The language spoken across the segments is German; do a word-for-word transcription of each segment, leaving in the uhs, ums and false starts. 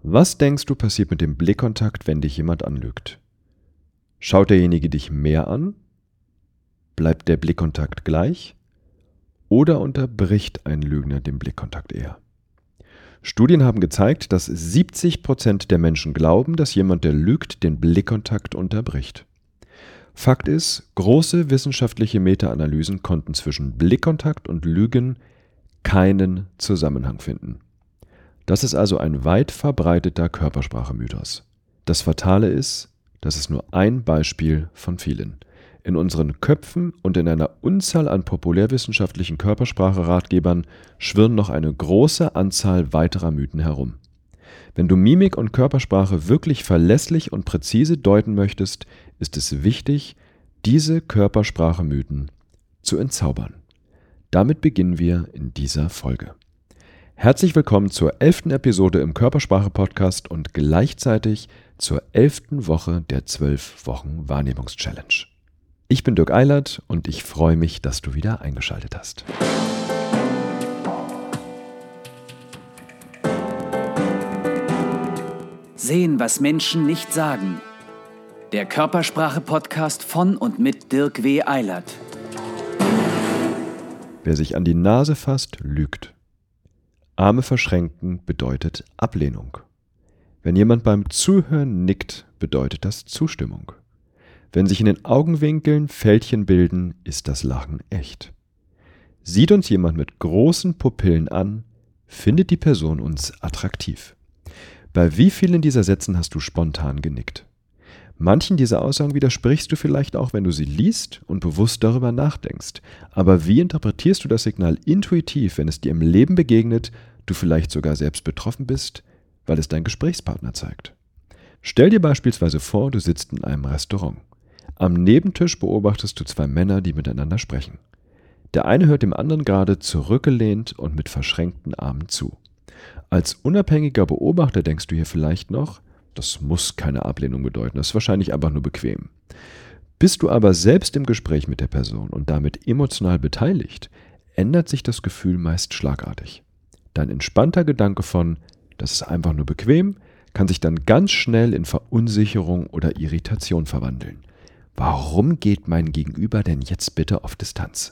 Was denkst du passiert mit dem Blickkontakt, wenn dich jemand anlügt? Schaut derjenige dich mehr an? Bleibt der Blickkontakt gleich? Oder unterbricht ein Lügner den Blickkontakt eher? Studien haben gezeigt, dass siebzig Prozent der Menschen glauben, dass jemand, der lügt, den Blickkontakt unterbricht. Fakt ist, große wissenschaftliche Meta-Analysen konnten zwischen Blickkontakt und Lügen keinen Zusammenhang finden. Das ist also ein weit verbreiteter Körpersprache-Mythos. Das Fatale ist, das ist nur ein Beispiel von vielen. In unseren Köpfen und in einer Unzahl an populärwissenschaftlichen Körpersprache-Ratgebern schwirren noch eine große Anzahl weiterer Mythen herum. Wenn du Mimik und Körpersprache wirklich verlässlich und präzise deuten möchtest, ist es wichtig, diese Körpersprache-Mythen zu entzaubern. Damit beginnen wir in dieser Folge. Herzlich willkommen zur elften Episode im Körpersprache-Podcast und gleichzeitig zur elften Woche der zwölf Wochen Wahrnehmungs-Challenge. Ich bin Dirk Eilert und ich freue mich, dass du wieder eingeschaltet hast. Sehen, was Menschen nicht sagen. Der Körpersprache-Podcast von und mit Dirk W. Eilert. Wer sich an die Nase fasst, lügt. Arme verschränken bedeutet Ablehnung. Wenn jemand beim Zuhören nickt, bedeutet das Zustimmung. Wenn sich in den Augenwinkeln Fältchen bilden, ist das Lachen echt. Sieht uns jemand mit großen Pupillen an, findet die Person uns attraktiv. Bei wie vielen dieser Sätzen hast du spontan genickt? Manchen dieser Aussagen widersprichst du vielleicht auch, wenn du sie liest und bewusst darüber nachdenkst. Aber wie interpretierst du das Signal intuitiv, wenn es dir im Leben begegnet, du vielleicht sogar selbst betroffen bist, weil es dein Gesprächspartner zeigt? Stell dir beispielsweise vor, du sitzt in einem Restaurant. Am Nebentisch beobachtest du zwei Männer, die miteinander sprechen. Der eine hört dem anderen gerade zurückgelehnt und mit verschränkten Armen zu. Als unabhängiger Beobachter denkst du hier vielleicht noch, das muss keine Ablehnung bedeuten, das ist wahrscheinlich einfach nur bequem. Bist du aber selbst im Gespräch mit der Person und damit emotional beteiligt, ändert sich das Gefühl meist schlagartig. Dein entspannter Gedanke von, das ist einfach nur bequem, kann sich dann ganz schnell in Verunsicherung oder Irritation verwandeln. Warum geht mein Gegenüber denn jetzt bitte auf Distanz?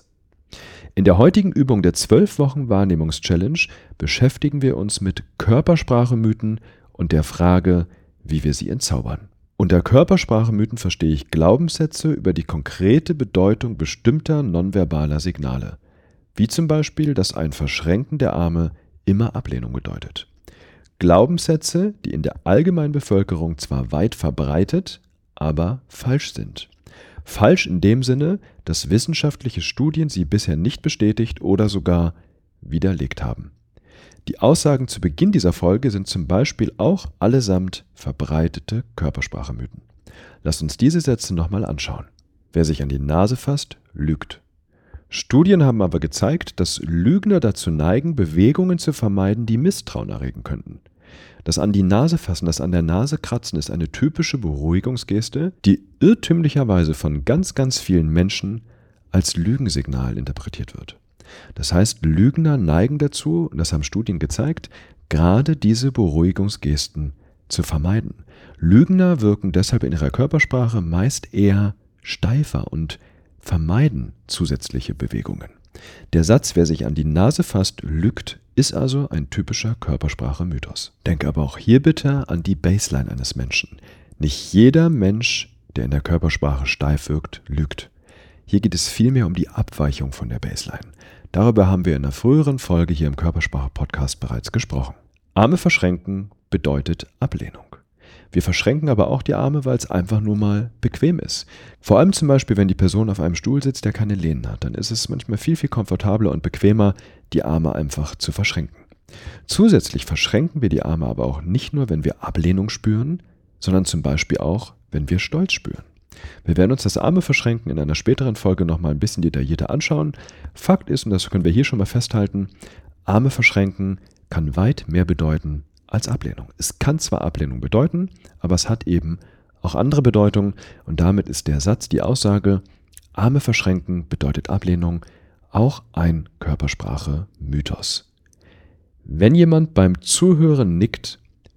In der heutigen Übung der zwölf Wochen Wahrnehmungs-Challenge beschäftigen wir uns mit Körpersprache-Mythen und der Frage, wie wir sie entzaubern. Unter Körpersprache-Mythen verstehe ich Glaubenssätze über die konkrete Bedeutung bestimmter nonverbaler Signale, wie zum Beispiel, dass ein Verschränken der Arme immer Ablehnung bedeutet. Glaubenssätze, die in der allgemeinen Bevölkerung zwar weit verbreitet, aber falsch sind. Falsch in dem Sinne, dass wissenschaftliche Studien sie bisher nicht bestätigt oder sogar widerlegt haben. Die Aussagen zu Beginn dieser Folge sind zum Beispiel auch allesamt verbreitete Körpersprache-Mythen. Lasst uns diese Sätze nochmal anschauen. Wer sich an die Nase fasst, lügt. Studien haben aber gezeigt, dass Lügner dazu neigen, Bewegungen zu vermeiden, die Misstrauen erregen könnten. Das an die Nase fassen, das an der Nase kratzen ist eine typische Beruhigungsgeste, die irrtümlicherweise von ganz, ganz vielen Menschen als Lügensignal interpretiert wird. Das heißt, Lügner neigen dazu, und das haben Studien gezeigt, gerade diese Beruhigungsgesten zu vermeiden. Lügner wirken deshalb in ihrer Körpersprache meist eher steifer und vermeiden zusätzliche Bewegungen. Der Satz, wer sich an die Nase fasst, lügt, ist also ein typischer Körpersprache-Mythos. Denk aber auch hier bitte an die Baseline eines Menschen. Nicht jeder Mensch, der in der Körpersprache steif wirkt, lügt. Hier geht es vielmehr um die Abweichung von der Baseline. Darüber haben wir in einer früheren Folge hier im Körpersprache-Podcast bereits gesprochen. Arme verschränken bedeutet Ablehnung. Wir verschränken aber auch die Arme, weil es einfach nur mal bequem ist. Vor allem zum Beispiel, wenn die Person auf einem Stuhl sitzt, der keine Lehnen hat, dann ist es manchmal viel, viel komfortabler und bequemer, die Arme einfach zu verschränken. Zusätzlich verschränken wir die Arme aber auch nicht nur, wenn wir Ablehnung spüren, sondern zum Beispiel auch, wenn wir Stolz spüren. Wir werden uns das Arme verschränken in einer späteren Folge nochmal ein bisschen detaillierter anschauen. Fakt ist, und das können wir hier schon mal festhalten, Arme verschränken kann weit mehr bedeuten als Ablehnung. Es kann zwar Ablehnung bedeuten, aber es hat eben auch andere Bedeutungen und damit ist der Satz, die Aussage, Arme verschränken bedeutet Ablehnung, auch ein Körpersprache-Mythos. Wenn jemand beim Zuhören nickt,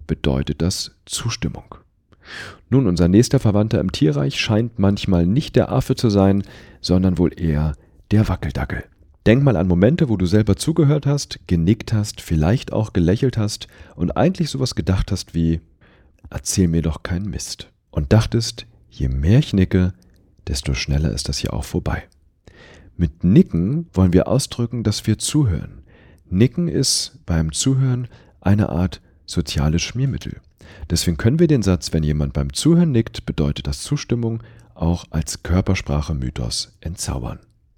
bedeutet das Zustimmung. Nun, unser nächster Verwandter im Tierreich scheint manchmal nicht der Affe zu sein, sondern wohl eher der Wackeldackel. Denk mal an Momente, wo du selber zugehört hast, genickt hast, vielleicht auch gelächelt hast und eigentlich sowas gedacht hast wie, erzähl mir doch keinen Mist. Und dachtest, je mehr ich nicke, desto schneller ist das hier auch vorbei. Mit Nicken wollen wir ausdrücken, dass wir zuhören. Nicken ist beim Zuhören eine Art soziales Schmiermittel. Deswegen können wir den Satz, wenn jemand beim Zuhören nickt, bedeutet das Zustimmung, auch als Körpersprache-Mythos entzaubern.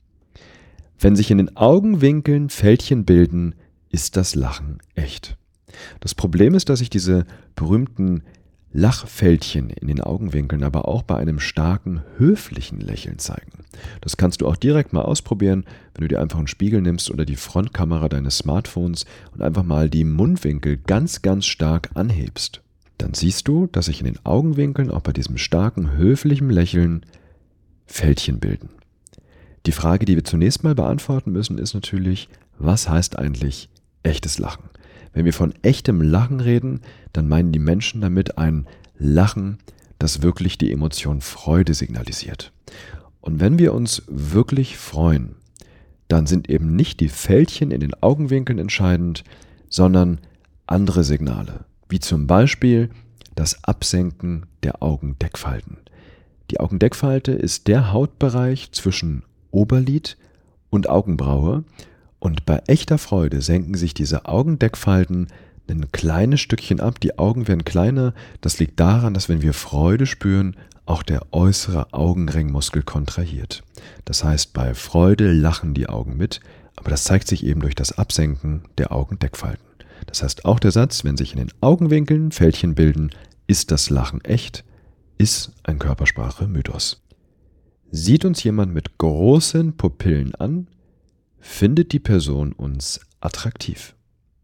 Wenn sich in den Augenwinkeln Fältchen bilden, ist das Lachen echt. Das Problem ist, dass sich diese berühmten Lachfältchen in den Augenwinkeln aber auch bei einem starken, höflichen Lächeln zeigen. Das kannst du auch direkt mal ausprobieren, wenn du dir einfach einen Spiegel nimmst oder die Frontkamera deines Smartphones und einfach mal die Mundwinkel ganz, ganz stark anhebst. Dann siehst du, dass sich in den Augenwinkeln auch bei diesem starken, höflichen Lächeln Fältchen bilden. Die Frage, die wir zunächst mal beantworten müssen, ist natürlich, was heißt eigentlich echtes Lachen? Wenn wir von echtem Lachen reden, dann meinen die Menschen damit ein Lachen, das wirklich die Emotion Freude signalisiert. Und wenn wir uns wirklich freuen, dann sind eben nicht die Fältchen in den Augenwinkeln entscheidend, sondern andere Signale, wie zum Beispiel das Absenken der Augendeckfalten. Die Augendeckfalte ist der Hautbereich zwischen Oberlid und Augenbraue. Und bei echter Freude senken sich diese Augendeckfalten ein kleines Stückchen ab. Die Augen werden kleiner. Das liegt daran, dass wenn wir Freude spüren, auch der äußere Augenringmuskel kontrahiert. Das heißt, bei Freude lachen die Augen mit, aber das zeigt sich eben durch das Absenken der Augendeckfalten. Das heißt, auch der Satz, wenn sich in den Augenwinkeln Fältchen bilden, ist das Lachen echt, ist ein Körpersprache-Mythos. Sieht uns jemand mit großen Pupillen an, findet die Person uns attraktiv.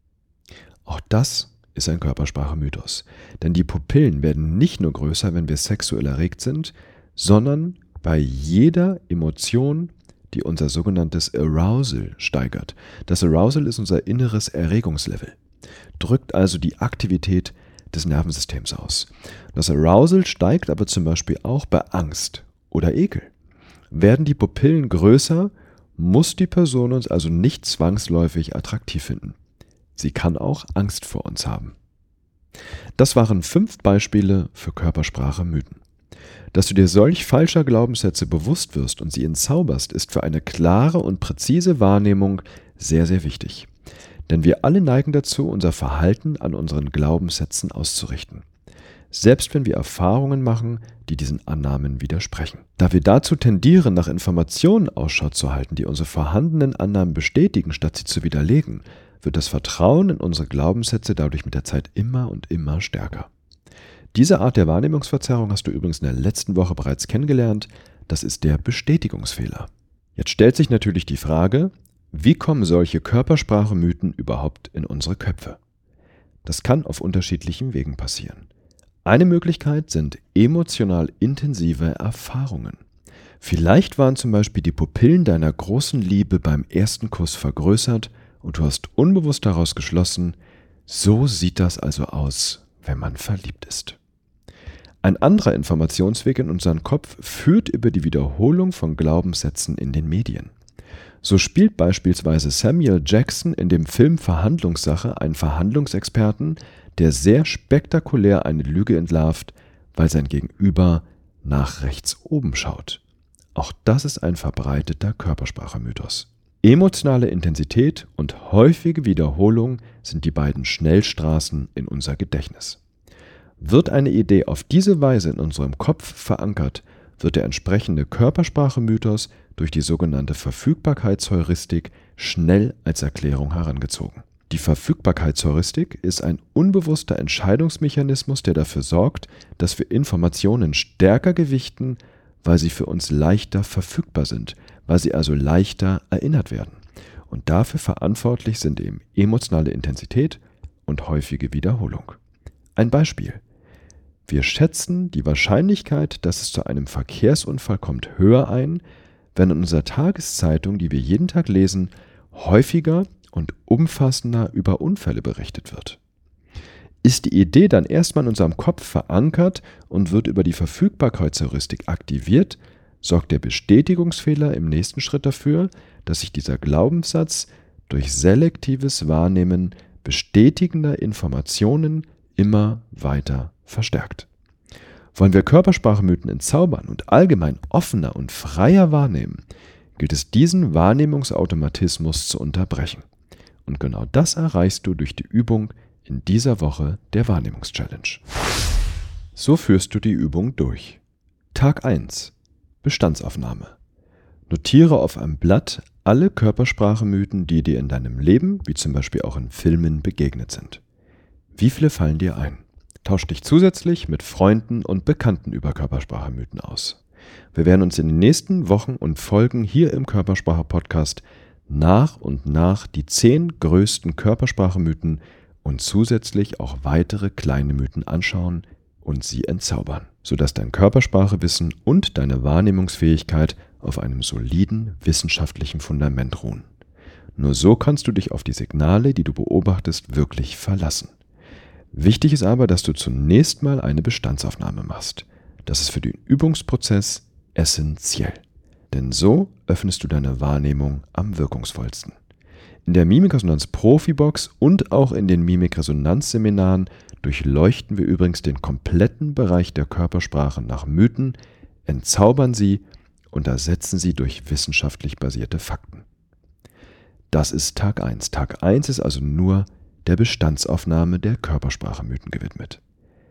Auch das ist ein Körpersprache-Mythos. Denn die Pupillen werden nicht nur größer, wenn wir sexuell erregt sind, sondern bei jeder Emotion, die unser sogenanntes Arousal steigert. Das Arousal ist unser inneres Erregungslevel, drückt also die Aktivität des Nervensystems aus. Das Arousal steigt aber zum Beispiel auch bei Angst oder Ekel. Werden die Pupillen größer, muss die Person uns also nicht zwangsläufig attraktiv finden. Sie kann auch Angst vor uns haben. Das waren fünf Beispiele für Körpersprache-Mythen. Dass du dir solch falscher Glaubenssätze bewusst wirst und sie entzauberst, ist für eine klare und präzise Wahrnehmung sehr, sehr wichtig. Denn wir alle neigen dazu, unser Verhalten an unseren Glaubenssätzen auszurichten. Selbst wenn wir Erfahrungen machen, die diesen Annahmen widersprechen. Da wir dazu tendieren, nach Informationen Ausschau zu halten, die unsere vorhandenen Annahmen bestätigen, statt sie zu widerlegen, wird das Vertrauen in unsere Glaubenssätze dadurch mit der Zeit immer und immer stärker. Diese Art der Wahrnehmungsverzerrung hast du übrigens in der letzten Woche bereits kennengelernt. Das ist der Bestätigungsfehler. Jetzt stellt sich natürlich die Frage, wie kommen solche Körpersprache-Mythen überhaupt in unsere Köpfe? Das kann auf unterschiedlichen Wegen passieren. Eine Möglichkeit sind emotional intensive Erfahrungen. Vielleicht waren zum Beispiel die Pupillen deiner großen Liebe beim ersten Kuss vergrößert und du hast unbewusst daraus geschlossen, so sieht das also aus, wenn man verliebt ist. Ein anderer Informationsweg in unseren Kopf führt über die Wiederholung von Glaubenssätzen in den Medien. So spielt beispielsweise Samuel Jackson in dem Film Verhandlungssache einen Verhandlungsexperten, der sehr spektakulär eine Lüge entlarvt, weil sein Gegenüber nach rechts oben schaut. Auch das ist ein verbreiteter Körpersprache-Mythos. Emotionale Intensität und häufige Wiederholung sind die beiden Schnellstraßen in unser Gedächtnis. Wird eine Idee auf diese Weise in unserem Kopf verankert, wird der entsprechende Körpersprache-Mythos durch die sogenannte Verfügbarkeitsheuristik schnell als Erklärung herangezogen. Die Verfügbarkeitsheuristik ist ein unbewusster Entscheidungsmechanismus, der dafür sorgt, dass wir Informationen stärker gewichten, weil sie für uns leichter verfügbar sind, weil sie also leichter erinnert werden. Und dafür verantwortlich sind eben emotionale Intensität und häufige Wiederholung. Ein Beispiel. Wir schätzen die Wahrscheinlichkeit, dass es zu einem Verkehrsunfall kommt, höher ein, wenn in unserer Tageszeitung, die wir jeden Tag lesen, häufiger und umfassender über Unfälle berichtet wird. Ist die Idee dann erstmal in unserem Kopf verankert und wird über die Verfügbarkeitsheuristik aktiviert, sorgt der Bestätigungsfehler im nächsten Schritt dafür, dass sich dieser Glaubenssatz durch selektives Wahrnehmen bestätigender Informationen immer weiter verstärkt. Wollen wir Körpersprachemythen entzaubern und allgemein offener und freier wahrnehmen, gilt es, diesen Wahrnehmungsautomatismus zu unterbrechen. Und genau das erreichst du durch die Übung in dieser Woche der Wahrnehmungs-Challenge. So führst du die Übung durch. Tag eins. Bestandsaufnahme. Notiere auf einem Blatt alle Körpersprachemythen, die dir in deinem Leben, wie zum Beispiel auch in Filmen, begegnet sind. Wie viele fallen dir ein? Tausch dich zusätzlich mit Freunden und Bekannten über Körpersprachemythen aus. Wir werden uns in den nächsten Wochen und Folgen hier im Körpersprache-Podcast nach und nach die zehn größten Körpersprachemythen und zusätzlich auch weitere kleine Mythen anschauen und sie entzaubern, sodass dein Körpersprachewissen und deine Wahrnehmungsfähigkeit auf einem soliden wissenschaftlichen Fundament ruhen. Nur so kannst du dich auf die Signale, die du beobachtest, wirklich verlassen. Wichtig ist aber, dass du zunächst mal eine Bestandsaufnahme machst. Das ist für den Übungsprozess essentiell. Denn so öffnest du deine Wahrnehmung am wirkungsvollsten. In der Mimikresonanz Profibox und auch in den Mimikresonanz-Seminaren durchleuchten wir übrigens den kompletten Bereich der Körpersprache nach Mythen, entzaubern sie und ersetzen sie durch wissenschaftlich basierte Fakten. Das ist Tag eins. Tag eins ist also nur der Bestandsaufnahme der Körpersprachemythen gewidmet.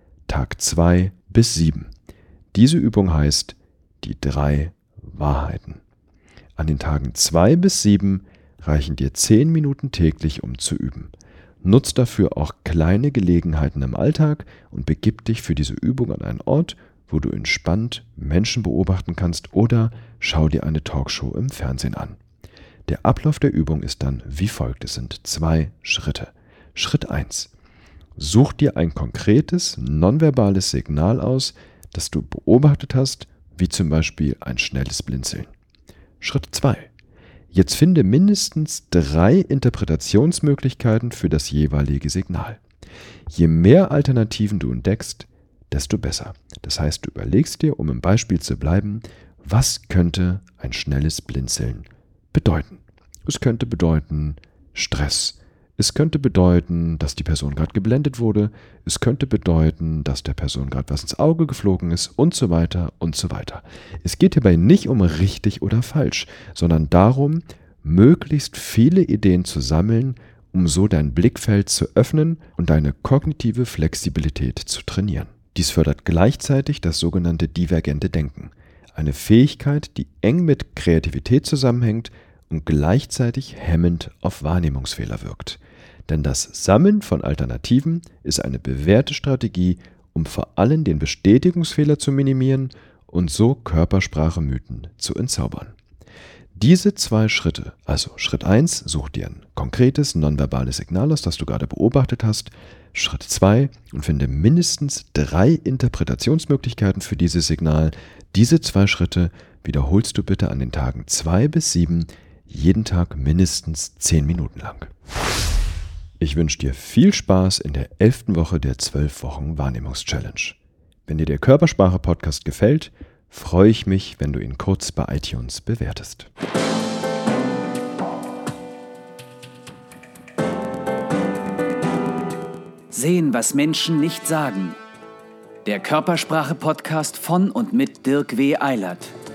Tag zwei bis sieben. Diese Übung heißt die drei Wahrheiten. An den Tagen zwei bis sieben reichen dir zehn Minuten täglich, um zu üben. Nutz dafür auch kleine Gelegenheiten im Alltag und begib dich für diese Übung an einen Ort, wo du entspannt Menschen beobachten kannst, oder schau dir eine Talkshow im Fernsehen an. Der Ablauf der Übung ist dann wie folgt. Es sind zwei Schritte. Schritt eins. Such dir ein konkretes, nonverbales Signal aus, das du beobachtet hast, wie zum Beispiel ein schnelles Blinzeln. Schritt zwei. Jetzt finde mindestens drei Interpretationsmöglichkeiten für das jeweilige Signal. Je mehr Alternativen du entdeckst, desto besser. Das heißt, du überlegst dir, um im Beispiel zu bleiben, was könnte ein schnelles Blinzeln bedeuten? Es könnte bedeuten Stress. Es könnte bedeuten, dass die Person gerade geblendet wurde. Es könnte bedeuten, dass der Person gerade was ins Auge geflogen ist und so weiter und so weiter. Es geht hierbei nicht um richtig oder falsch, sondern darum, möglichst viele Ideen zu sammeln, um so dein Blickfeld zu öffnen und deine kognitive Flexibilität zu trainieren. Dies fördert gleichzeitig das sogenannte divergente Denken, eine Fähigkeit, die eng mit Kreativität zusammenhängt und gleichzeitig hemmend auf Wahrnehmungsfehler wirkt. Denn das Sammeln von Alternativen ist eine bewährte Strategie, um vor allem den Bestätigungsfehler zu minimieren und so Körpersprachemythen zu entzaubern. Diese zwei Schritte, also Schritt eins, such dir ein konkretes, nonverbales Signal aus, das du gerade beobachtet hast. Schritt zwei, und finde mindestens drei Interpretationsmöglichkeiten für dieses Signal. Diese zwei Schritte wiederholst du bitte an den Tagen zwei bis sieben, jeden Tag mindestens zehn Minuten lang. Ich wünsche dir viel Spaß in der elften Woche der zwölf Wochen Wahrnehmungs-Challenge. Wenn dir der Körpersprache-Podcast gefällt, freue ich mich, wenn du ihn kurz bei iTunes bewertest. Sehen, was Menschen nicht sagen. Der Körpersprache-Podcast von und mit Dirk W. Eilert.